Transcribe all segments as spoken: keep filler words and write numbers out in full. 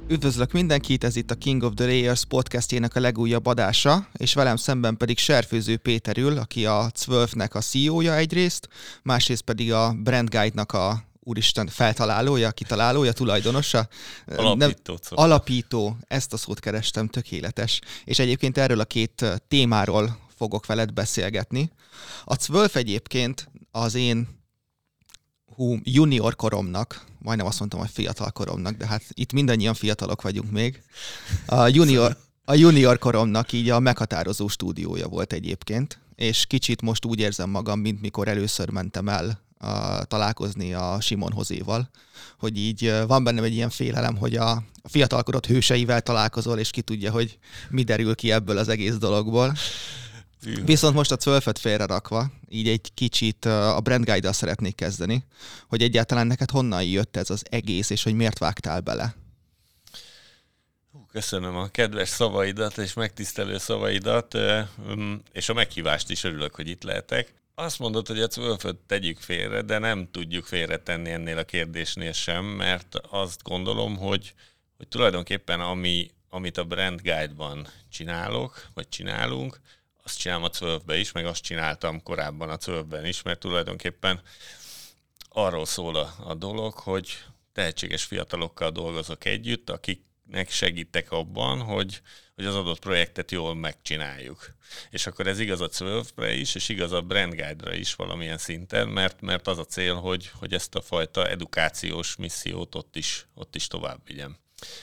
Üdvözlök mindenkit, ez itt a King of the Layers podcastjének a legújabb adása, és velem szemben pedig Serfőző Péter ül, aki a Zwölfnek a cé e ó-ja egyrészt, másrészt pedig a Brand Guide-nak a úristen feltalálója, kitalálója, tulajdonosa. Alapító. Nem, alapító, ezt a szót kerestem, tökéletes. És egyébként erről a két témáról fogok veled beszélgetni. A Zwölf egyébként az én hú, junior koromnak, majdnem azt mondtam, hogy fiatal koromnak, de hát itt mindannyian fiatalok vagyunk még. A junior, a junior koromnak így a meghatározó stúdiója volt egyébként, és kicsit most úgy érzem magam, mint mikor először mentem el a, találkozni a Simon Hozéval, hogy így van bennem egy ilyen félelem, hogy a fiatalkorod hőseivel találkozol, és ki tudja, hogy mi derül ki ebből az egész dologból. Viszont most a Zwölföt félrerakva, így egy kicsit a Brand Guide-dal szeretnék kezdeni, hogy egyáltalán neked honnan jött ez az egész, és hogy miért vágtál bele? Köszönöm a kedves szavaidat és megtisztelő szavaidat, és a meghívást is örülök, hogy itt lehetek. Azt mondod, hogy a Zwölföt tegyük félre, de nem tudjuk félretenni ennél a kérdésnél sem, mert azt gondolom, hogy, hogy tulajdonképpen ami, amit a Brand Guide-ban csinálok, vagy csinálunk, azt csinálom a Zwölfbe is, meg azt csináltam korábban a Zwölfben is, mert tulajdonképpen arról szól a, a dolog, hogy tehetséges fiatalokkal dolgozok együtt, akiknek segítek abban, hogy, hogy az adott projektet jól megcsináljuk. És akkor ez igaz a Zwölfre is, és igaz a Brand Guide-ra is valamilyen szinten, mert, mert az a cél, hogy, hogy ezt a fajta edukációs missziót ott is, ott is tovább vigyem.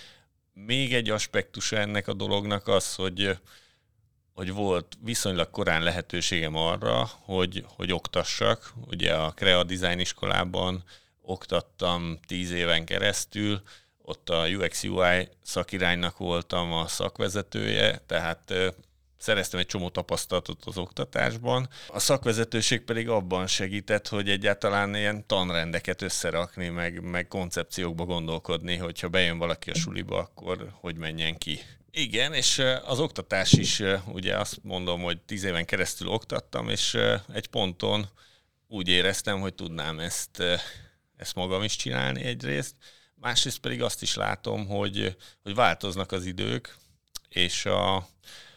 Még egy aspektusa ennek a dolognak az, hogy hogy volt viszonylag korán lehetőségem arra, hogy, hogy oktassak. Ugye a Crea Design iskolában oktattam tíz éven keresztül, ott a u iksz u i szakiránynak voltam a szakvezetője, tehát szereztem egy csomó tapasztalatot az oktatásban. A szakvezetőség pedig abban segített, hogy egyáltalán ilyen tanrendeket összerakni, meg, meg koncepciókba gondolkodni, hogyha bejön valaki a suliba, akkor hogy menjen ki. Igen, és az oktatás is, ugye azt mondom, hogy tíz éven keresztül oktattam, és egy ponton úgy éreztem, hogy tudnám ezt, ezt magam is csinálni egyrészt. Másrészt pedig azt is látom, hogy, hogy változnak az idők, és a,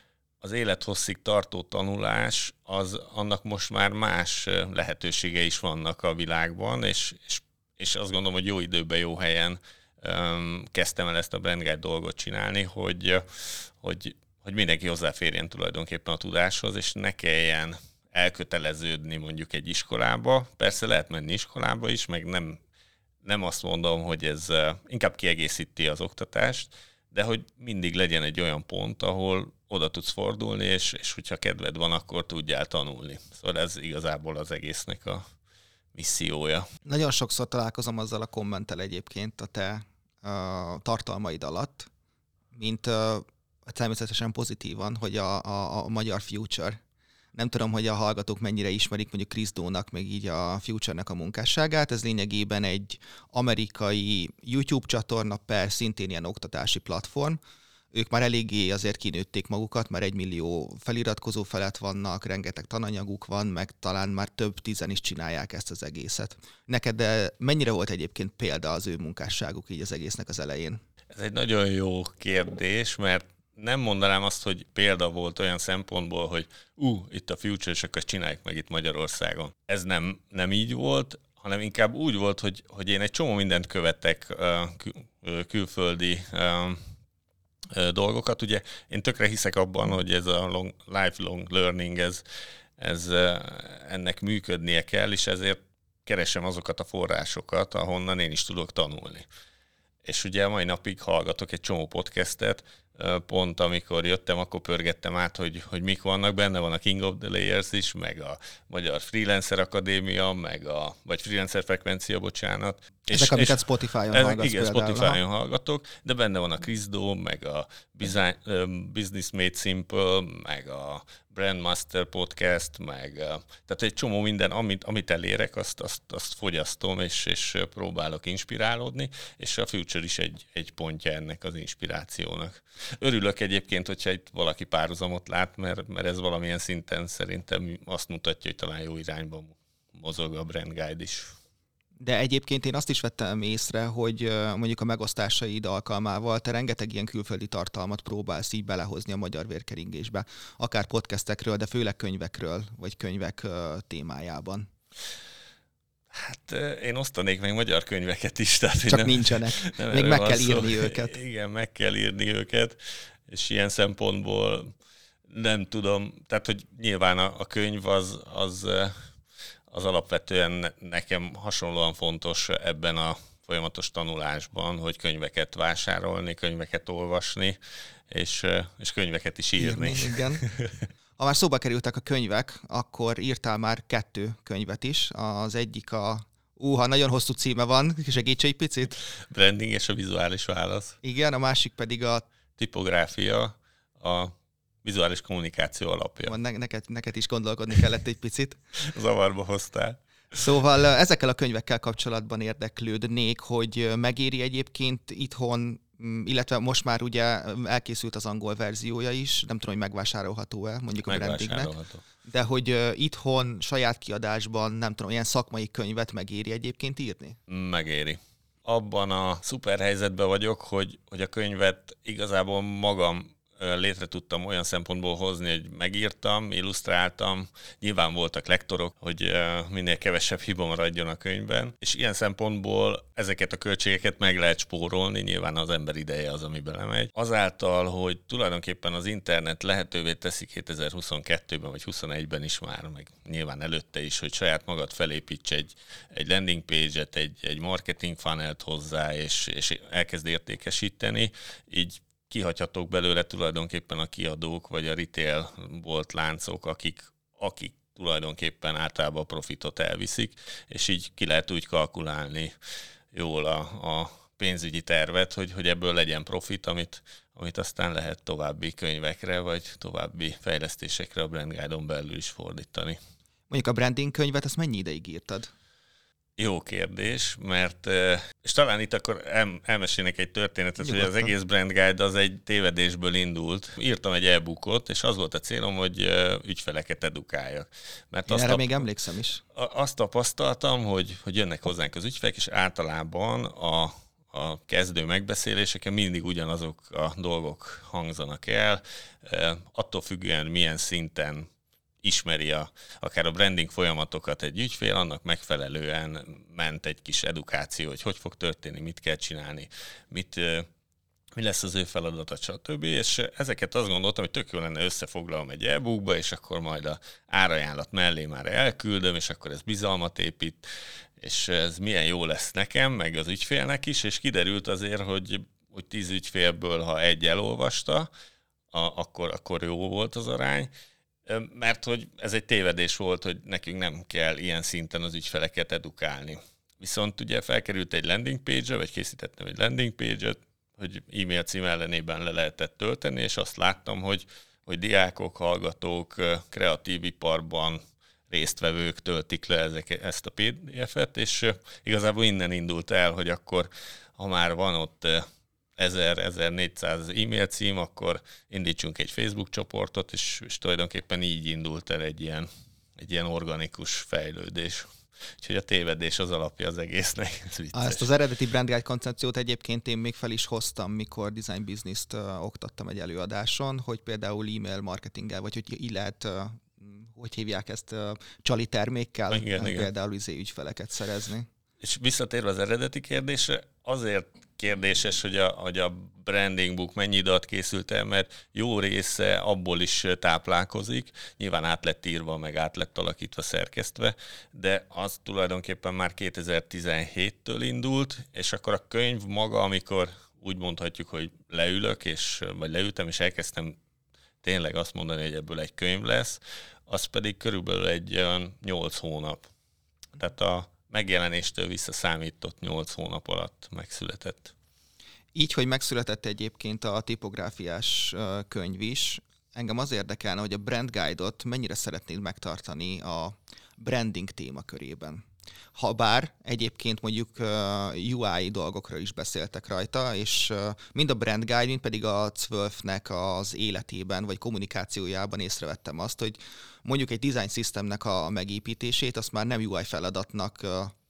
az élethosszig tartó tanulás, az, annak most már más lehetősége is vannak a világban, és, és, és azt gondolom, hogy jó időben, jó helyen kezdtem el ezt a Brand Guide dolgot csinálni, hogy, hogy, hogy mindenki hozzáférjen tulajdonképpen a tudáshoz, és ne kelljen elköteleződni mondjuk egy iskolába. Persze lehet menni iskolába is, meg nem, nem azt mondom, hogy ez inkább kiegészíti az oktatást, de hogy mindig legyen egy olyan pont, ahol oda tudsz fordulni, és, és hogyha kedved van, akkor tudjál tanulni. Szóval ez igazából az egésznek a missziója. Nagyon sokszor találkozom azzal a kommenttel egyébként a te uh, tartalmaid alatt, mint uh, természetesen pozitívan, hogy a, a, a magyar Future. Nem tudom, hogy a hallgatók mennyire ismerik mondjuk Chris Do-nak, meg így a Future-nek a munkásságát. Ez lényegében egy amerikai YouTube csatorna per szintén ilyen oktatási platform. Ők már eléggé azért kinőtték magukat, mert egy millió feliratkozó felett vannak, rengeteg tananyaguk van, meg talán már több tizen is csinálják ezt az egészet. Neked de mennyire volt egyébként példa az ő munkásságuk így az egésznek az elején? Ez egy nagyon jó kérdés, mert nem mondanám azt, hogy példa volt olyan szempontból, hogy ú, uh, itt a Future, és akkor csináljuk meg itt Magyarországon. Ez nem, nem így volt, hanem inkább úgy volt, hogy, hogy én egy csomó mindent követek uh, kül- külföldi uh, dolgokat. Ugye én tökre hiszek abban, hogy ez a long, lifelong learning, ez, ez ennek működnie kell, és ezért keresem azokat a forrásokat, ahonnan én is tudok tanulni. És ugye a mai napig hallgatok egy csomó podcastet, pont amikor jöttem, akkor pörgettem át, hogy, hogy mik vannak benne, van a King of the Layers is, meg a Magyar Freelancer Akadémia, meg a, vagy Freelancer Frekvencia, bocsánat. Ezek, és, amiket Spotify-on ez, hallgatsz igen, például. Spotify-on hallgatok, de benne van a Chris Do, meg a Business Made Simple, meg a Brandmaster Podcast, meg tehát egy csomó minden, amit, amit elérek, azt, azt, azt fogyasztom, és, és próbálok inspirálódni, és a Future is egy, egy pontja ennek az inspirációnak. Örülök egyébként, hogyha itt valaki párhuzamot lát, mert, mert ez valamilyen szinten szerintem azt mutatja, hogy talán jó irányba mozog a Brand Guide is. De egyébként én azt is vettem észre, hogy mondjuk a megosztásaid alkalmával te rengeteg ilyen külföldi tartalmat próbálsz így belehozni a magyar vérkeringésbe. Akár podcastekről, de főleg könyvekről, vagy könyvek témájában. Hát én osztanék meg magyar könyveket is. Tehát Csak nem, nincsenek. Nem Még meg kell írni szó. őket. Igen, meg kell írni őket, és ilyen szempontból nem tudom, tehát hogy nyilván a, a könyv az, az, az alapvetően nekem hasonlóan fontos ebben a folyamatos tanulásban, hogy könyveket vásárolni, könyveket olvasni, és, és könyveket is írni. írni igen. Ha már szóba kerültek a könyvek, akkor írtál már kettő könyvet is. Az egyik a... Úha, nagyon hosszú címe van, segíts egy picit. Branding és a vizuális válasz. Igen, a másik pedig a... Tipográfia, a vizuális kommunikáció alapja. Ne, neked, neked is gondolkodni kellett egy picit. Zavarba hoztál. Szóval ezekkel a könyvekkel kapcsolatban érdeklődnék, hogy megéri egyébként itthon, illetve most már ugye elkészült az angol verziója is, nem tudom, hogy megvásárolható-e mondjuk a brandingnek, de hogy itthon saját kiadásban, nem tudom, ilyen szakmai könyvet megéri egyébként írni? Megéri. Abban a szuper helyzetben vagyok, hogy, hogy a könyvet igazából magam létre tudtam olyan szempontból hozni, hogy megírtam, illusztráltam, nyilván voltak lektorok, hogy minél kevesebb hiba maradjon a könyvben, és ilyen szempontból ezeket a költségeket meg lehet spórolni, nyilván az ember ideje az, ami belemegy. Azáltal, hogy tulajdonképpen az internet lehetővé teszi kétezer-huszonkettőben vagy huszonegyben is már, meg nyilván előtte is, hogy saját magad felépíts egy, egy landing page-et, egy, egy marketing funnelt hozzá, és, és elkezd értékesíteni, így kihagyhatók belőle tulajdonképpen a kiadók, vagy a retail bolt láncok, akik, akik tulajdonképpen általában a profitot elviszik, és így ki lehet úgy kalkulálni jól a, a pénzügyi tervet, hogy, hogy ebből legyen profit, amit, amit aztán lehet további könyvekre, vagy további fejlesztésekre a Brand Guide-on belül is fordítani. Mondjuk a branding könyvet, azt mennyi ideig írtad? Jó kérdés, mert, és talán itt akkor el, elmesélnek egy történetet, Nyugodtan. Hogy az egész Brand Guide az egy tévedésből indult. Írtam egy e-bookot, és az volt a célom, hogy ügyfeleket edukáljak. Mert Én azt erre tap- még emlékszem is. Azt tapasztaltam, hogy, hogy jönnek hozzánk az ügyfelek, és általában a, a kezdő megbeszéléseken mindig ugyanazok a dolgok hangzanak el, attól függően milyen szinten ismeri a, akár a branding folyamatokat egy ügyfél, annak megfelelően ment egy kis edukáció, hogy hogy fog történni, mit kell csinálni, mit, mi lesz az ő feladata, stb. És ezeket azt gondoltam, hogy tök jó lenne összefoglalom egy e-bookba, és akkor majd a árajánlat mellé már elküldöm, és akkor ez bizalmat épít, és ez milyen jó lesz nekem, meg az ügyfélnek is, és kiderült azért, hogy, hogy tíz ügyfélből, ha egy elolvasta, a, akkor, akkor jó volt az arány, mert hogy ez egy tévedés volt, hogy nekünk nem kell ilyen szinten az ügyfeleket edukálni. Viszont ugye felkerült egy landing page-re, vagy készítettem egy landing page-et, hogy e-mail cím ellenében le lehetett tölteni, és azt láttam, hogy, hogy diákok, hallgatók, kreatív iparban résztvevők töltik le ezek, ezt a pé dé ef-et, és igazából innen indult el, hogy akkor, ha már van ott ezer-ezernégyszáz e-mail cím, akkor indítsunk egy Facebook csoportot, és, és tulajdonképpen így indult el egy ilyen, egy ilyen organikus fejlődés. Úgyhogy a tévedés az alapja az egésznek. Ez Ezt az eredeti Brand Guide koncepciót egyébként én még fel is hoztam, mikor Design Business-t uh, oktattam egy előadáson, hogy például e-mail marketinggel, vagy hogy így lehet, uh, hogy hívják ezt, uh, csali termékkel, igen, uh, igen. például izé ügyfeleket szerezni. És visszatérve az eredeti kérdésre, azért kérdéses, hogy a, hogy a branding book mennyi időt készült el, mert jó része abból is táplálkozik, nyilván át lett írva, meg át lett alakítva, szerkesztve, de az tulajdonképpen már kétezer-tizenhéttől indult, és akkor a könyv maga, amikor úgy mondhatjuk, hogy leülök, és, vagy leültem, és elkezdtem tényleg azt mondani, hogy ebből egy könyv lesz, az pedig körülbelül egy olyan nyolc hónap. Tehát a megjelenéstől visszaszámított nyolc hónap alatt megszületett. Így, hogy megszületett egyébként a tipográfiás könyv is, engem az érdekelne, hogy a Brand Guide-ot mennyire szeretnéd megtartani a branding témakörében. Habár egyébként mondjuk u i dolgokról is beszéltek rajta, és mind a Brand Guide, mind pedig a Zwölfnek az életében vagy kommunikációjában észrevettem azt, hogy mondjuk egy design systemnek a megépítését, azt már nem u i feladatnak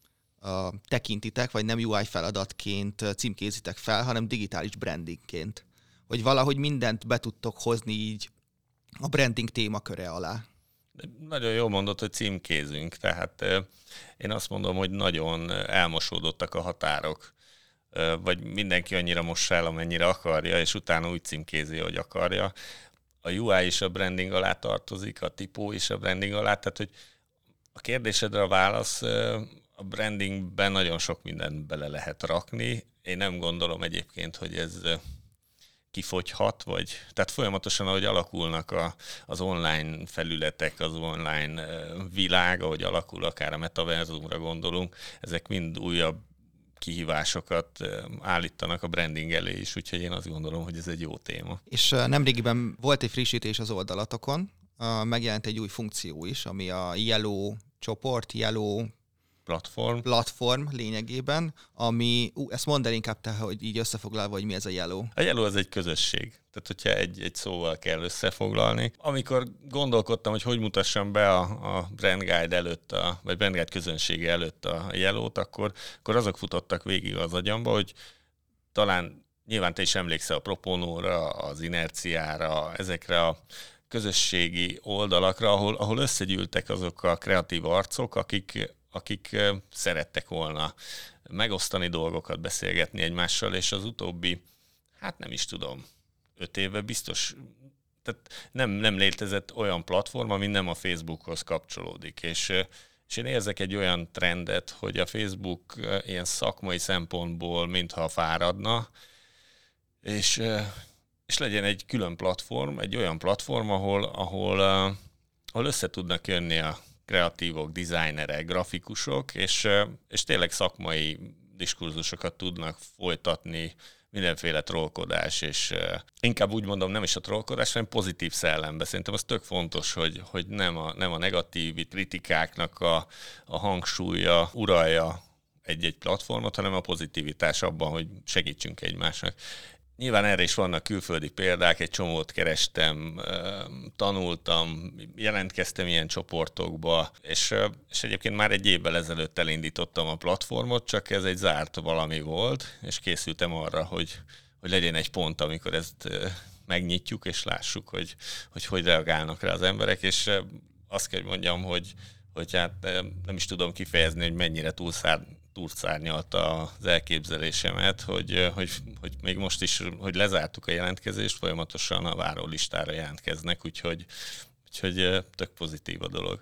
uh, tekintitek, vagy nem u i feladatként címkézitek fel, hanem digitális brandingként. Hogy valahogy mindent be tudtok hozni így a branding témaköre alá. Nagyon jól mondod, hogy címkézünk, tehát én azt mondom, hogy nagyon elmosódottak a határok, vagy mindenki annyira mossa el, amennyire akarja, és utána úgy címkézi, hogy akarja. A u i is a branding alá tartozik, a tipó is a branding alá, tehát hogy a kérdésedre a válasz, a brandingben nagyon sok mindent bele lehet rakni. Én nem gondolom egyébként, hogy ez kifogyhat, vagy tehát folyamatosan, ahogy alakulnak a, az online felületek, az online világ, ahogy alakul, akár a metaverzumra gondolunk, ezek mind újabb kihívásokat állítanak a branding elé is, úgyhogy én azt gondolom, hogy ez egy jó téma. És nemrégiben volt egy frissítés az oldalatokon, megjelent egy új funkció is, ami a Yellow csoport, Yellow Platform. platform lényegében, ami, ú, ezt mondd el inkább te, hogy így összefoglalva, hogy mi ez a Yellow. A Yellow az egy közösség. Tehát, hogyha egy, egy szóval kell összefoglalni. Amikor gondolkodtam, hogy hogy mutassam be a, a Brand Guide előtt, a, vagy Brand Guide közönsége előtt a Yellow-t, akkor, akkor azok futottak végig az agyamba, hogy talán nyilván te is emlékszel a Proponóra, az Inerciára, ezekre a közösségi oldalakra, ahol, ahol összegyűltek azok a kreatív arcok, akik akik szerettek volna megosztani dolgokat, beszélgetni egymással, és az utóbbi, hát nem is tudom, öt éve biztos, tehát nem, nem létezett olyan platform, ami nem a Facebookhoz kapcsolódik, és, és én érzek egy olyan trendet, hogy a Facebook ilyen szakmai szempontból mintha fáradna, és, és legyen egy külön platform, egy olyan platform, ahol, ahol, ahol össze tudnak jönni a kreatívok, designerek, grafikusok, és, és tényleg szakmai diskurzusokat tudnak folytatni, mindenféle trollkodás, és inkább úgy mondom, nem is a trollkodás, hanem pozitív szellembe. Szerintem az tök fontos, hogy, hogy nem, a, nem a negatív kritikáknak a, a hangsúlya uralja egy-egy platformot, hanem a pozitivitás abban, hogy segítsünk egymásnak. Nyilván erre is vannak külföldi példák, egy csomót kerestem, tanultam, jelentkeztem ilyen csoportokba, és, és egyébként már egy évvel ezelőtt elindítottam a platformot, csak ez egy zárt valami volt, és készültem arra, hogy, hogy legyen egy pont, amikor ezt megnyitjuk, és lássuk, hogy hogy, hogy reagálnak rá az emberek, és azt kell mondjam, hogy, hogy hát nem is tudom kifejezni, hogy mennyire túlszár túlszárnyalta az elképzelésemet, hogy, hogy, hogy még most is, hogy lezártuk a jelentkezést, folyamatosan a várólistára jelentkeznek, úgyhogy, úgyhogy tök pozitív a dolog.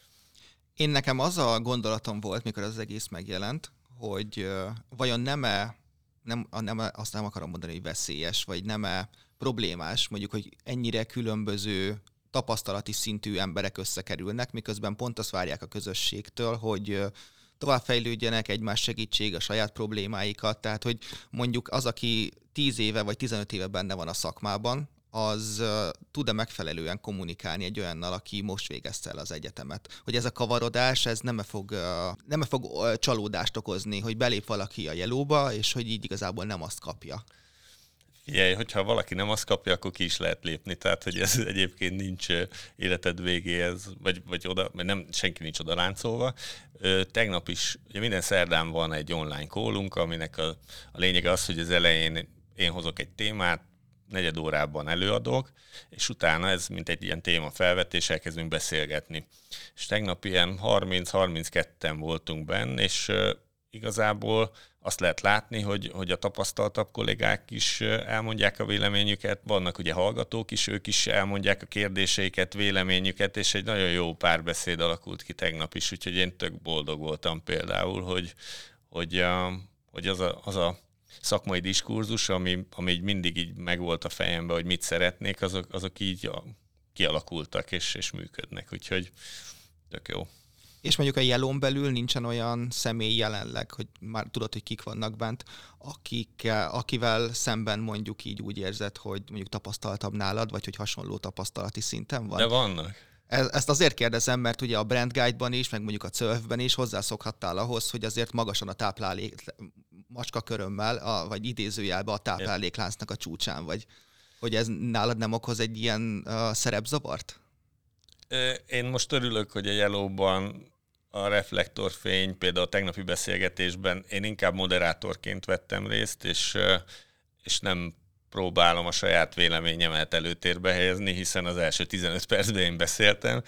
Én nekem az a gondolatom volt, mikor az egész megjelent, hogy vajon nem-e, nem, nem, azt nem akarom mondani, hogy veszélyes, vagy nem-e problémás, mondjuk, hogy ennyire különböző tapasztalati szintű emberek összekerülnek, miközben pont azt várják a közösségtől, hogy továbbfejlődjenek, egymás segítség, a saját problémáikat, tehát hogy mondjuk az, aki tíz éve vagy tizenöt éve benne van a szakmában, az uh, tud-e megfelelően kommunikálni egy olyannal, aki most végezte el az egyetemet. Hogy ez a kavarodás, ez nem fog, uh, nem fog uh, csalódást okozni, hogy belép valaki a Yellowba, és hogy így igazából nem azt kapja. Figyelj, hogyha valaki nem azt kapja, akkor ki is lehet lépni, tehát hogy ez egyébként nincs életed végéhez, vagy, vagy oda, mert nem, senki nincs oda láncolva. Tegnap is, ugye minden szerdán van egy online callunk, aminek a, a lényege az, hogy az elején én hozok egy témát, negyed órában előadok, és utána ez, mint egy ilyen témafelvetés, elkezdünk beszélgetni. És tegnap ilyen harminc-harmincketten voltunk benne, és igazából azt lehet látni, hogy, hogy a tapasztaltabb kollégák is elmondják a véleményüket, vannak ugye hallgatók is, ők is elmondják a kérdéseiket, véleményüket, és egy nagyon jó párbeszéd alakult ki tegnap is, úgyhogy én tök boldog voltam például, hogy, hogy, hogy az, a, az a szakmai diskurzus, ami, ami így mindig így megvolt a fejemben, hogy mit szeretnék, azok, azok így kialakultak és, és működnek, úgyhogy tök jó. És mondjuk a Yellow-n belül nincsen olyan személy jelenleg, hogy már tudod, hogy kik vannak bent, akik, akivel szemben mondjuk így úgy érzed, hogy mondjuk tapasztaltabb nálad, vagy hogy hasonló tapasztalati szinten van? De vannak. Ezt azért kérdezem, mert ugye a Brand Guide-ban is, meg mondjuk a cölfben is hozzászokhattál ahhoz, hogy azért magasan a táplálék, macska körömmel, a, vagy idézőjelben a táplálékláncnak a csúcsán vagy. Hogy ez nálad nem okoz egy ilyen uh, szerepzavart? Én most örülök, hogy a Yellowban a reflektorfény, például a tegnapi beszélgetésben én inkább moderátorként vettem részt, és, és nem próbálom a saját véleményemet előtérbe helyezni, hiszen az első tizenöt percben én beszéltem.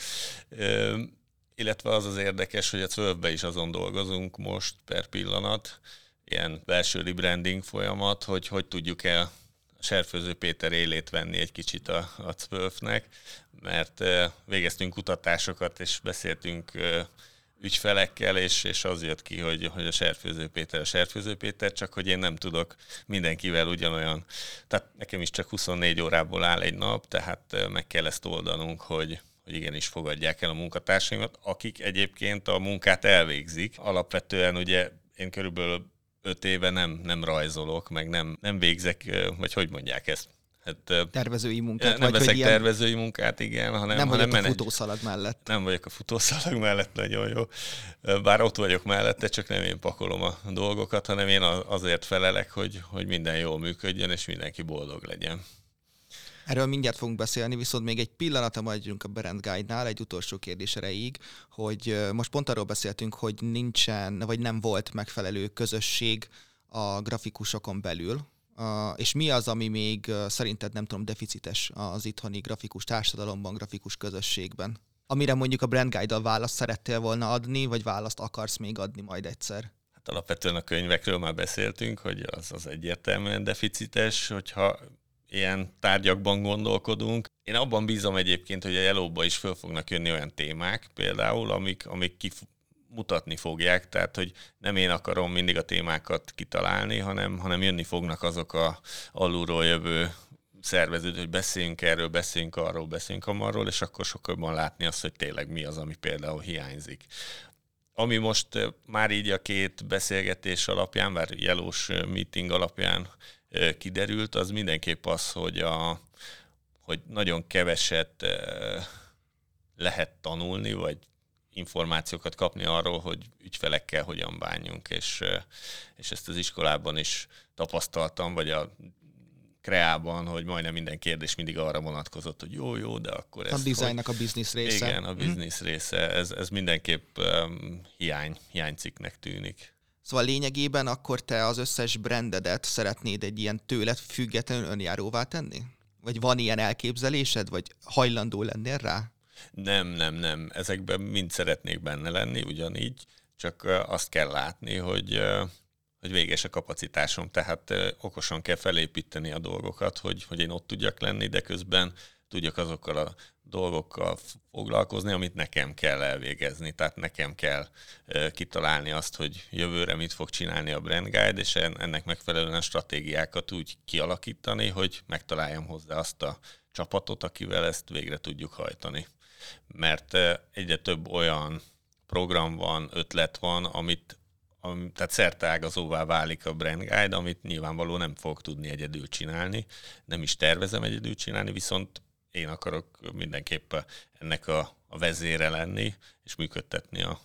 Ö, illetve az az érdekes, hogy a Zwölfben is azon dolgozunk most per pillanat, ilyen belső rebranding folyamat, hogy hogy tudjuk-e a Serfőző Péter élét venni egy kicsit a, a Zwölfnek, mert végeztünk kutatásokat, és beszéltünk ügyfelekkel, és, és az jött ki, hogy, hogy a Serfőző Péter a Serfőző Péter, csak hogy én nem tudok mindenkivel ugyanolyan. Tehát nekem is csak huszonnégy órából áll egy nap, tehát meg kell ezt oldanunk, hogy, hogy igenis fogadják el a munkatársaimat, akik egyébként a munkát elvégzik. Alapvetően ugye én körülbelül öt éve nem, nem rajzolok, meg nem, nem végzek, vagy hogy mondják ezt? Hát, tervezői munkát? Nem vagy veszek ilyen... tervezői munkát, igen, hanem... Nem hanem vagyok a futószalag mellett. Nem vagyok a futószalag mellett, nagyon jó. Bár ott vagyok mellette, csak nem én pakolom a dolgokat, hanem én azért felelek, hogy, hogy minden jól működjön, és mindenki boldog legyen. Erről mindjárt fogunk beszélni, viszont még egy pillanatra maradjunk a Brand Guide-nál, egy utolsó kérdés erejéig, hogy most pont arról beszéltünk, hogy nincsen, vagy nem volt megfelelő közösség a grafikusokon belül, és mi az, ami még szerinted, nem tudom, deficites az itthoni grafikus társadalomban, grafikus közösségben? Amire mondjuk a Brand Guide-dal választ szerettél volna adni, vagy választ akarsz még adni majd egyszer? Hát alapvetően a könyvekről már beszéltünk, hogy az, az egyértelműen deficites, hogyha ilyen tárgyakban gondolkodunk. Én abban bízom egyébként, hogy a Yellow-ba is föl fognak jönni olyan témák például, amik, amik kif- mutatni fogják, tehát hogy nem én akarom mindig a témákat kitalálni, hanem, hanem jönni fognak azok a alulról jövő szerveződ, hogy beszéljünk erről, beszéljünk arról, beszéljünk amarról, és akkor sokkal jobban látni azt, hogy tényleg mi az, ami például hiányzik. Ami most már így a két beszélgetés alapján, már Yellow-s meeting alapján kiderült, az mindenképp az, hogy, a, hogy nagyon keveset lehet tanulni, vagy információkat kapni arról, hogy ügyfelekkel hogyan bánjunk, és, és ezt az iskolában is tapasztaltam, vagy a kreában, hogy majdnem minden kérdés mindig arra vonatkozott, hogy jó, jó, de akkor ez... A dizájnnak a biznisz része. Igen, a biznisz része, ez, ez mindenképp um, hiány, hiánycikknek tűnik. Szóval lényegében akkor te az összes brandedet szeretnéd egy ilyen tőled függetlenül önjáróvá tenni? Vagy van ilyen elképzelésed, vagy hajlandó lennél rá? Nem, nem, nem. Ezekben mind szeretnék benne lenni, ugyanígy, csak azt kell látni, hogy, hogy véges a kapacitásom, tehát okosan kell felépíteni a dolgokat, hogy, hogy én ott tudjak lenni, de közben tudjak azokkal a dolgokkal foglalkozni, amit nekem kell elvégezni. Tehát nekem kell kitalálni azt, hogy jövőre mit fog csinálni a Brand Guide, és ennek megfelelően a stratégiákat úgy kialakítani, hogy megtaláljam hozzá azt a csapatot, akivel ezt végre tudjuk hajtani. Mert egyre több olyan program van, ötlet van, amit, amit tehát szerteágazóvá válik a Brand Guide, amit nyilvánvalóan nem fog tudni egyedül csinálni, nem is tervezem egyedül csinálni, viszont én akarok mindenképp ennek a, a vezére lenni, és működtetni a,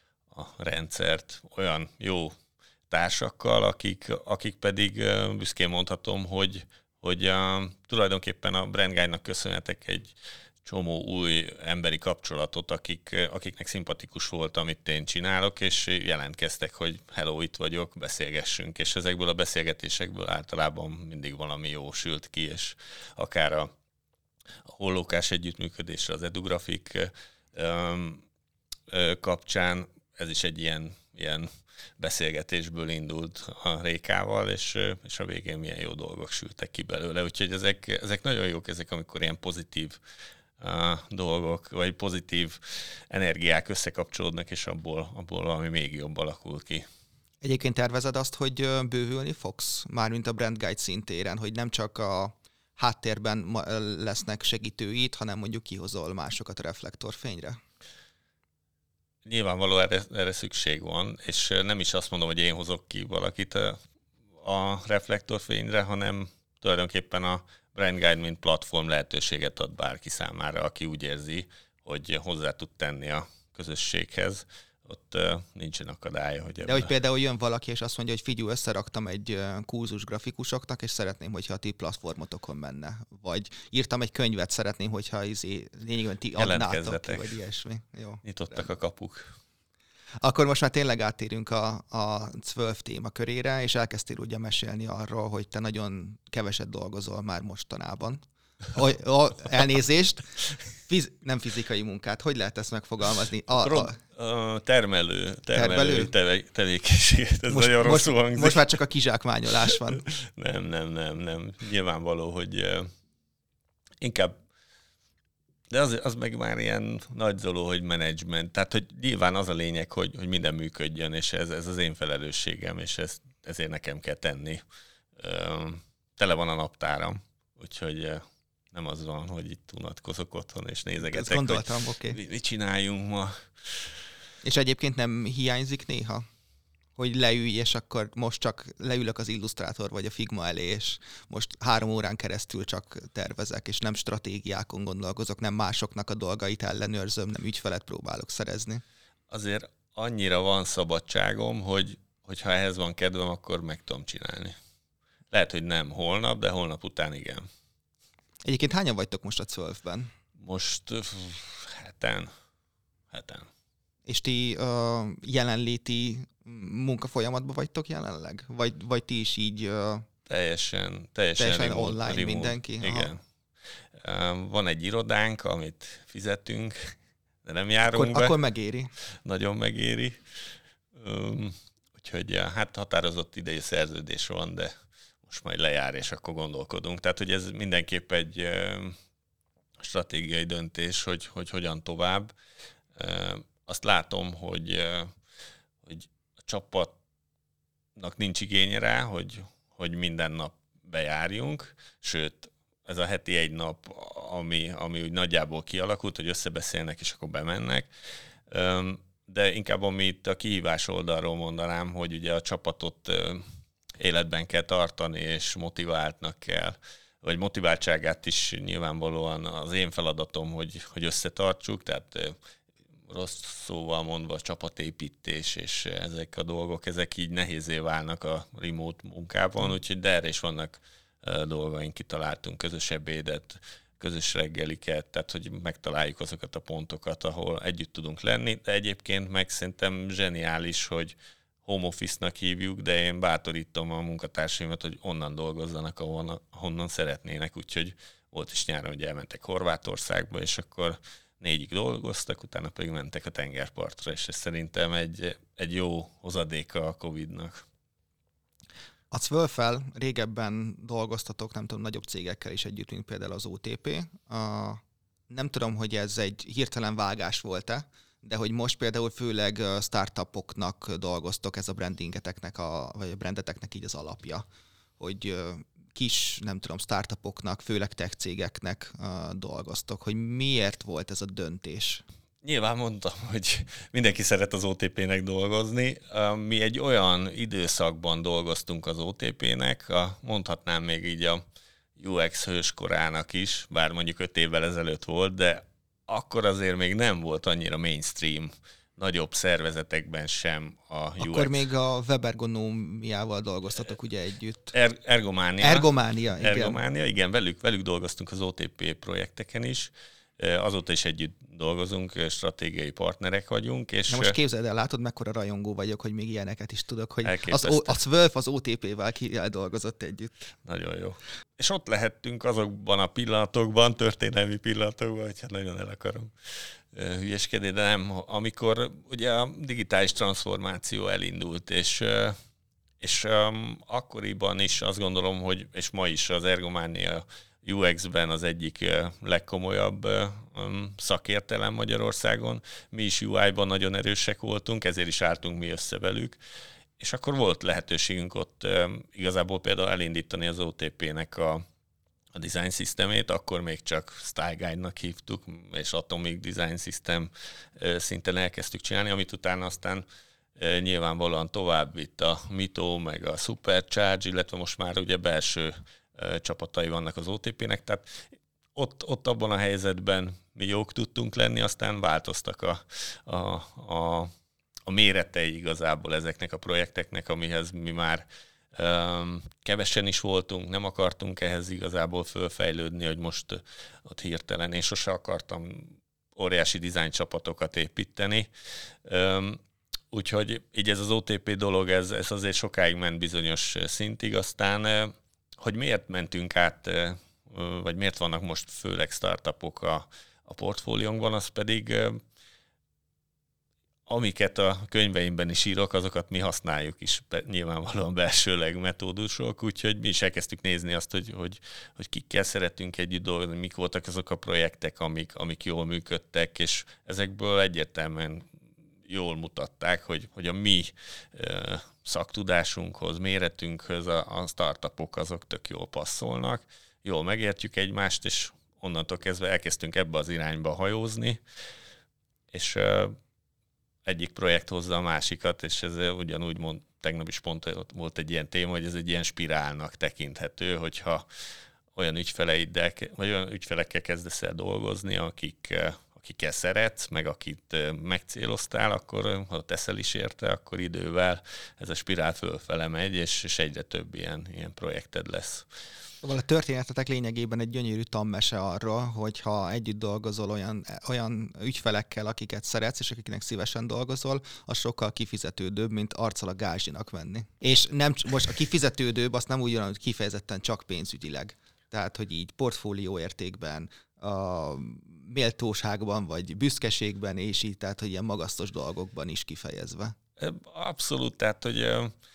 a rendszert olyan jó társakkal, akik, akik pedig büszkén mondhatom, hogy, hogy uh, tulajdonképpen a Brand Guide-nak köszönhetek egy csomó új emberi kapcsolatot, akik, akiknek szimpatikus volt, amit én csinálok, és jelentkeztek, hogy hello, itt vagyok, beszélgessünk, és ezekből a beszélgetésekből általában mindig valami jó sült ki, és akár a a hollókás együttműködésre, az Edugrafik um, kapcsán, ez is egy ilyen, ilyen beszélgetésből indult a Rékával, és, és a végén milyen jó dolgok sültek ki belőle. Úgyhogy ezek, ezek nagyon jók, ezek, amikor ilyen pozitív uh, dolgok, vagy pozitív energiák összekapcsolódnak, és abból, abból valami még jobb alakul ki. Egyébként tervezed azt, hogy bővülni fogsz? Mármint a Brand Guide szintéren, hogy nem csak a háttérben lesznek segítőid, hanem mondjuk kihozol másokat a reflektorfényre? Nyilvánvaló erre, erre szükség van, és nem is azt mondom, hogy én hozok ki valakit a, a reflektorfényre, hanem tulajdonképpen a Brand Guide mint platform lehetőséget ad bárki számára, aki úgy érzi, hogy hozzá tud tenni a közösséghez. Ott uh, nincsen akadálya, hogy ebben... De hogy például jön valaki, és azt mondja, hogy figyelj, összeraktam egy uh, kurzus grafikusoknak, és szeretném, hogyha a ti platformotokon menne. Vagy írtam egy könyvet, szeretném, hogyha izé, lényegében ti adnátok ki, vagy ilyesmi. Jó. Nyitottak a kapuk. Akkor most már tényleg áttérünk a, a Zwölf témakörére, és elkezdtél ugye mesélni arról, hogy te nagyon keveset dolgozol már mostanában. O, o, elnézést, Fiz, nem fizikai munkát, hogy lehet ezt megfogalmazni? A, a, a termelő, termelő, termelő? tevékenységet, ez most, nagyon most, rosszul hangzik. Most már csak a kizsákmányolás van. nem, nem, nem, nem. Nyilvánvaló, hogy uh, inkább, de az, az meg már ilyen nagyzoló, hogy menedzsment. Tehát, hogy nyilván az a lényeg, hogy, hogy minden működjön, és ez, ez az én felelősségem, és ezt, ezért nekem kell tenni. Uh, tele van a naptáram, úgyhogy... Uh, nem az van, hogy itt unatkozok otthon, és nézegetek, ezt gondoltam, hogy okay. mit csináljunk ma. És egyébként nem hiányzik néha? Hogy leülj, és akkor most csak leülök az Illustrator vagy a Figma elé, és most három órán keresztül csak tervezek, és nem stratégiákon gondolkozok, nem másoknak a dolgait ellenőrzöm, nem ügyfelet próbálok szerezni. Azért annyira van szabadságom, hogy, hogy ha ehhez van kedvem, akkor meg tudom csinálni. Lehet, hogy nem holnap, de holnap után igen. Egyébként hányan vagytok most a Zwölfben? Most heten. Heten. És ti uh, jelenléti munkafolyamatban vagytok jelenleg? Vagy, vagy ti is így... Uh, teljesen, teljesen, teljesen remote, online remote. mindenki? Igen. Aha. Van egy irodánk, amit fizetünk, de nem járunk akkor, be. Akkor megéri. Nagyon megéri. Um, úgyhogy hát határozott idei szerződés van, de most majd lejár, és akkor gondolkodunk. Tehát, hogy ez mindenképp egy uh, stratégiai döntés, hogy, hogy hogyan tovább. Uh, azt látom, hogy, uh, hogy a csapatnak nincs igénye rá, hogy, hogy minden nap bejárjunk, sőt, ez a heti egy nap, ami, ami úgy nagyjából kialakult, hogy összebeszélnek, és akkor bemennek. Um, de inkább ami itt a kihívás oldalról mondanám, hogy ugye a csapatot uh, életben kell tartani, és motiváltnak kell, vagy motiváltságát is nyilvánvalóan az én feladatom, hogy, hogy összetartsuk, tehát rossz szóval mondva a csapatépítés, és ezek a dolgok, ezek így nehézé válnak a remote munkában, úgyhogy de erre is vannak dolgaink, kitaláltunk közös ebédet, közös reggeliket, tehát hogy megtaláljuk azokat a pontokat, ahol együtt tudunk lenni, de egyébként meg szerintem zseniális, hogy home office-nak hívjuk, de én bátorítom a munkatársaimat, hogy onnan dolgozzanak, ahonnan, ahonnan szeretnének, úgyhogy volt is nyáron, hogy elmentek Horvátországba, és akkor négyig dolgoztak, utána pedig mentek a tengerpartra, és ez szerintem egy, egy jó hozadéka a Covidnak. A Zwölffel régebben dolgoztatok, nem tudom, nagyobb cégekkel is együtt, mint például az o té pé. Uh, nem tudom, hogy ez egy hirtelen vágás volt-e, de hogy most például főleg startupoknak dolgoztok, ez a brandingeteknek, a, vagy a brandeteknek így az alapja, hogy kis, nem tudom, startupoknak, főleg tech cégeknek dolgoztok, hogy miért volt ez a döntés? Nyilván mondtam, hogy mindenki szeret az o té pének dolgozni. Mi egy olyan időszakban dolgoztunk az o té pének, mondhatnám még így a u eksz hőskorának is, bár mondjuk öt évvel ezelőtt volt, de akkor azért még nem volt annyira mainstream, nagyobb szervezetekben sem a u eksz. Akkor még a Webergonómiával dolgoztatok ugye együtt. Er- ergománia. Ergománia, igen. Ergománia, igen, velük, velük dolgoztunk az o té pé projekteken is. Azóta is együtt dolgozunk, stratégiai partnerek vagyunk. És na most képzeld el, látod, mekkora rajongó vagyok, hogy még ilyeneket is tudok, hogy az, a Zwölf az o té pével ki dolgozott együtt. Nagyon jó. És ott lehettünk azokban a pillanatokban, történelmi pillanatokban, hogyha nagyon el akarom hülyeskedni, de nem, amikor ugye a digitális transformáció elindult, és, és um, akkoriban is azt gondolom, hogy, és ma is az Ergománia u eksz-ben az egyik legkomolyabb um, szakértelem Magyarországon. Mi is u í-ban nagyon erősek voltunk, ezért is álltunk mi össze velük. És akkor volt lehetőségünk ott um, igazából például elindítani az o té pének a, a design systemét, akkor még csak Style Guide-nak hívtuk, és Atomic Design System uh, szinten elkezdtük csinálni, amit utána aztán uh, nyilvánvalóan tovább vitt a Mito, meg a Supercharge, illetve most már ugye belső csapatai vannak az o té pének, tehát ott, ott abban a helyzetben mi jók tudtunk lenni, aztán változtak a, a, a, a méretei igazából ezeknek a projekteknek, amihez mi már um, kevesen is voltunk, nem akartunk ehhez igazából fölfejlődni, hogy most ott hirtelen, én sose akartam óriási design csapatokat építeni. Um, Úgyhogy így ez az o té pé dolog, ez, ez azért sokáig ment bizonyos szintig, aztán hogy miért mentünk át, vagy miért vannak most főleg startupok a, a portfóliónkban, az pedig amiket a könyveimben is írok, azokat mi használjuk is nyilvánvalóan belsőleg metódusok, úgyhogy mi is elkezdtük nézni azt, hogy, hogy, hogy kikkel szeretünk együtt dolgozni, mik voltak azok a projektek, amik, amik jól működtek, és ezekből egyértelműen jól mutatták, hogy, hogy a mi ö, szaktudásunkhoz, méretünkhöz a, a startupok azok tök jól passzolnak, jól megértjük egymást, és onnantól kezdve elkezdtünk ebbe az irányba hajózni, és ö, egyik projekt hozza a másikat, és ez ugyanúgy mond, tegnap is pont volt egy ilyen téma, hogy ez egy ilyen spirálnak tekinthető, hogyha olyan ügyfeleiddel, vagy olyan ügyfelekkel kezdesz el dolgozni, akik, akikkel szeretsz, meg akit megcéloztál, akkor ha teszel is érte, akkor idővel ez a spirál fölfele megy, és, és egyre több ilyen, ilyen projekted lesz. Szóval a történetetek lényegében egy gyönyörű tanmese arról, hogy ha együtt dolgozol olyan, olyan ügyfelekkel, akiket szeretsz, és akiknek szívesen dolgozol, az sokkal kifizetődőbb, mint arccal a gázsinak venni. És nem, most a kifizetődőbb, azt nem úgy jön, hogy kifejezetten csak pénzügyileg. Tehát, hogy így portfólió értékben, a méltóságban, vagy büszkeségben, és így, tehát, hogy ilyen magasztos dolgokban is kifejezve. Abszolút, tehát, hogy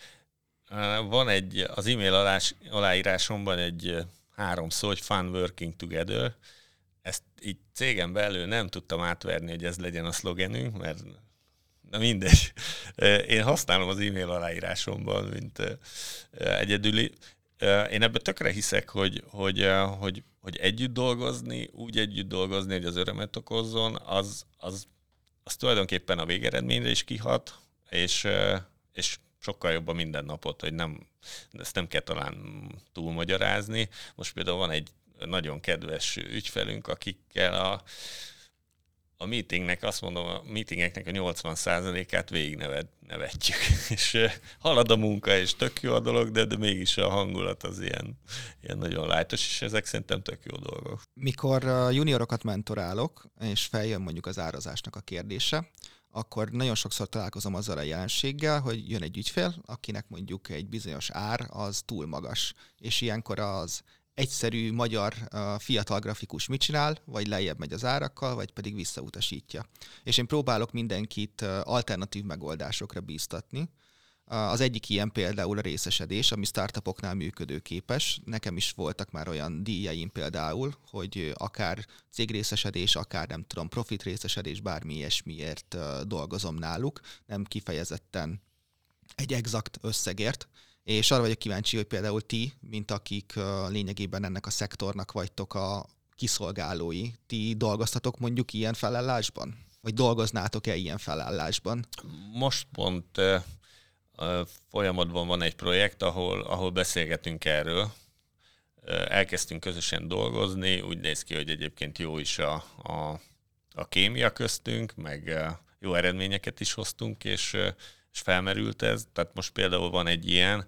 van egy, az e-mail alás, aláírásomban egy három szó, hogy fun working together. Ezt így cégen belül nem tudtam átverni, hogy ez legyen a szlogenünk, mert na mindegy. Én használom az e-mail aláírásomban, mint egyedüli. Én ebben tökre hiszek, hogy, hogy, hogy, hogy együtt dolgozni, úgy együtt dolgozni, hogy az örömet okozzon, az, az, az tulajdonképpen a végeredményre is kihat, és, és sokkal jobb a mindennapot, hogy nem, ezt nem kell talán túlmagyarázni. Most például van egy nagyon kedves ügyfelünk, akikkel a, a meetingnek, azt mondom, a meetingeknek a nyolcvan százalékát végig nevet, nevetjük. És halad a munka, és tök jó a dolog, de, de mégis a hangulat az ilyen, ilyen nagyon lájtos, és ezek szerintem tök jó dolgok. Mikor juniorokat mentorálok, és feljön mondjuk az árazásnak a kérdése, akkor nagyon sokszor találkozom azzal a jelenséggel, hogy jön egy ügyfél, akinek mondjuk egy bizonyos ár az túl magas. És ilyenkor az egyszerű magyar uh, fiatal grafikus mit csinál, vagy lejjebb megy az árakkal, vagy pedig visszautasítja. És én próbálok mindenkit uh, alternatív megoldásokra bíztatni. Uh, az egyik ilyen például a részesedés, ami startupoknál működőképes. Nekem is voltak már olyan díjaim például, hogy akár cégrészesedés, akár nem tudom, profit részesedés, bármi ilyesmiért uh, dolgozom náluk, nem kifejezetten egy exakt összegért. És arra vagyok kíváncsi, hogy például ti, mint akik uh, lényegében ennek a szektornak vagytok a kiszolgálói, ti dolgoztatok mondjuk ilyen felállásban? Vagy dolgoznátok-e ilyen felállásban? Most pont uh, uh, folyamatban van egy projekt, ahol, ahol beszélgetünk erről. Uh, elkezdtünk közösen dolgozni, úgy néz ki, hogy egyébként jó is a, a, a kémia köztünk, meg uh, jó eredményeket is hoztunk, és uh, és felmerült ez, tehát most például van egy ilyen,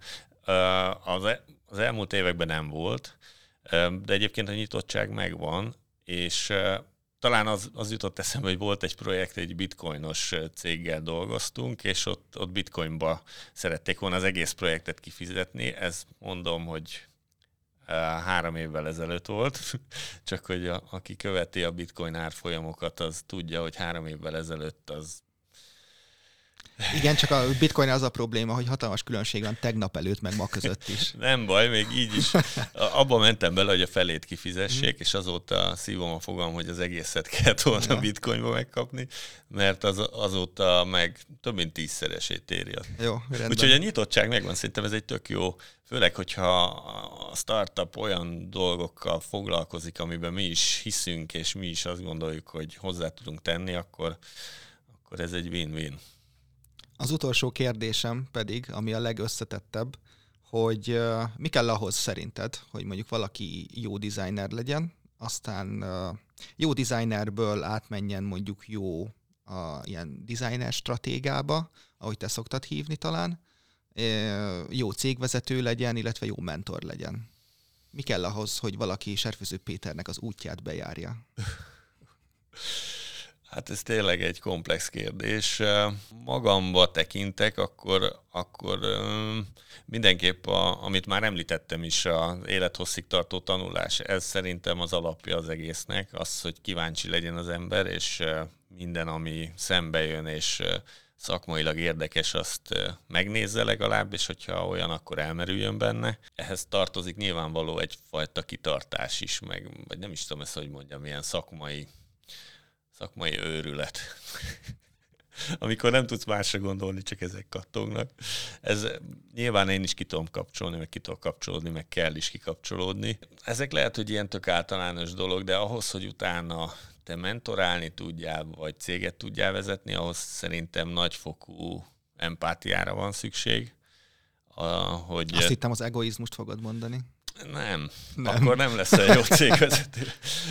az elmúlt években nem volt, de egyébként a nyitottság megvan, és talán az, az jutott eszembe, hogy volt egy projekt, egy bitcoinos céggel dolgoztunk, és ott, ott bitcoinba szerették volna az egész projektet kifizetni, ez mondom, hogy három évvel ezelőtt volt, csak hogy a, aki követi a bitcoin árfolyamokat, az tudja, hogy három évvel ezelőtt az Igen, csak a bitcoin az a probléma, hogy hatalmas különbség van tegnap előtt, meg ma között is. Nem baj, még így is. Abba mentem bele, hogy a felét kifizessék, és azóta szívom a fogam, hogy az egészet kellett volna ja. bitcoinba megkapni, mert az, azóta meg több mint tízszeresét éri. Jó, rendben. Úgyhogy a nyitottság megvan, szerintem ez egy tök jó, főleg, hogyha a startup olyan dolgokkal foglalkozik, amiben mi is hiszünk, és mi is azt gondoljuk, hogy hozzá tudunk tenni, akkor, akkor ez egy win-win. Az utolsó kérdésem pedig, ami a legösszetettebb, hogy uh, mi kell ahhoz szerinted, hogy mondjuk valaki jó designer legyen, aztán uh, jó designerből átmenjen mondjuk jó uh, ilyen designer stratégába, ahogy te szoktad hívni talán, uh, jó cégvezető legyen, illetve jó mentor legyen. Mi kell ahhoz, hogy valaki Serfőző Péternek az útját bejárja? Hát ez tényleg egy komplex kérdés. Magamba tekintek, akkor, akkor mindenképp, a, amit már említettem is, az élethosszig tartó tanulás, ez szerintem az alapja az egésznek, az, hogy kíváncsi legyen az ember, és minden, ami szembe jön, és szakmailag érdekes, azt megnézze legalább, és hogyha olyan, akkor elmerüljön benne. Ehhez tartozik nyilvánvaló egyfajta kitartás is, meg, vagy nem is tudom ezt, hogy mondjam, ilyen szakmai szakmai őrület. Amikor nem tudsz másra gondolni, csak ezek kattognak. Ez nyilván én is ki tudom kapcsolni, meg ki tudom kapcsolódni, meg kell is kikapcsolódni. Ezek lehet, hogy ilyen tök általános dolog, de ahhoz, hogy utána te mentorálni tudjál, vagy céget tudjál vezetni, ahhoz szerintem nagyfokú empátiára van szükség. Hogy... Azt hittem, az egoizmust fogod mondani. Nem, nem. Akkor nem lesz egy jó cégvezető.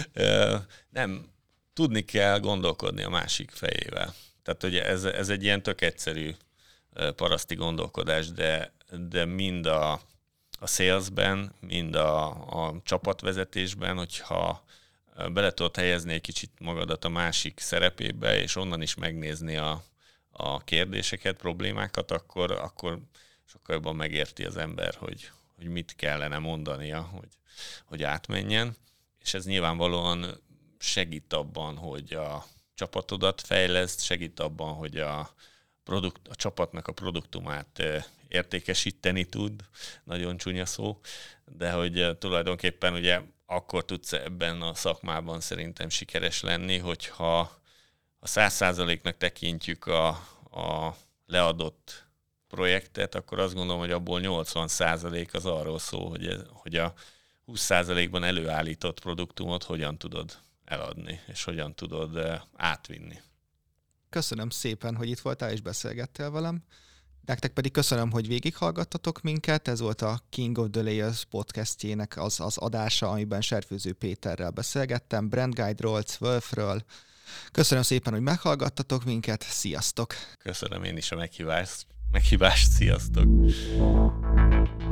Nem, tudni kell gondolkodni a másik fejével. Tehát ugye ez, ez egy ilyen tök egyszerű paraszti gondolkodás, de, de mind a, a salesben, mind a, a csapatvezetésben, hogyha bele tudod helyezni egy kicsit magadat a másik szerepébe, és onnan is megnézni a, a kérdéseket, problémákat, akkor, akkor sokkal jobban megérti az ember, hogy, hogy mit kellene mondania, hogy, hogy átmenjen. És ez nyilvánvalóan segít abban, hogy a csapatodat fejleszt, segít abban, hogy a, produkt, a csapatnak a produktumát értékesíteni tud, nagyon csúnya szó, de hogy tulajdonképpen ugye akkor tudsz ebben a szakmában szerintem sikeres lenni, hogyha a száz százaléknak tekintjük a, a leadott projektet, akkor azt gondolom, hogy abból nyolcvan százalék az arról szól, hogy, hogy a húsz százalékban előállított produktumot hogyan tudod eladni, és hogyan tudod átvinni. Köszönöm szépen, hogy itt voltál és beszélgettél velem. Nektek pedig köszönöm, hogy végighallgattatok minket. Ez volt a King of the Layers podcastjének az, az adása, amiben Serfőző Péterrel beszélgettem, Brand Guide-ról, Zwölfről. Köszönöm szépen, hogy meghallgattatok minket. Sziasztok! Köszönöm én is a meghívást. Meghívást. Sziasztok!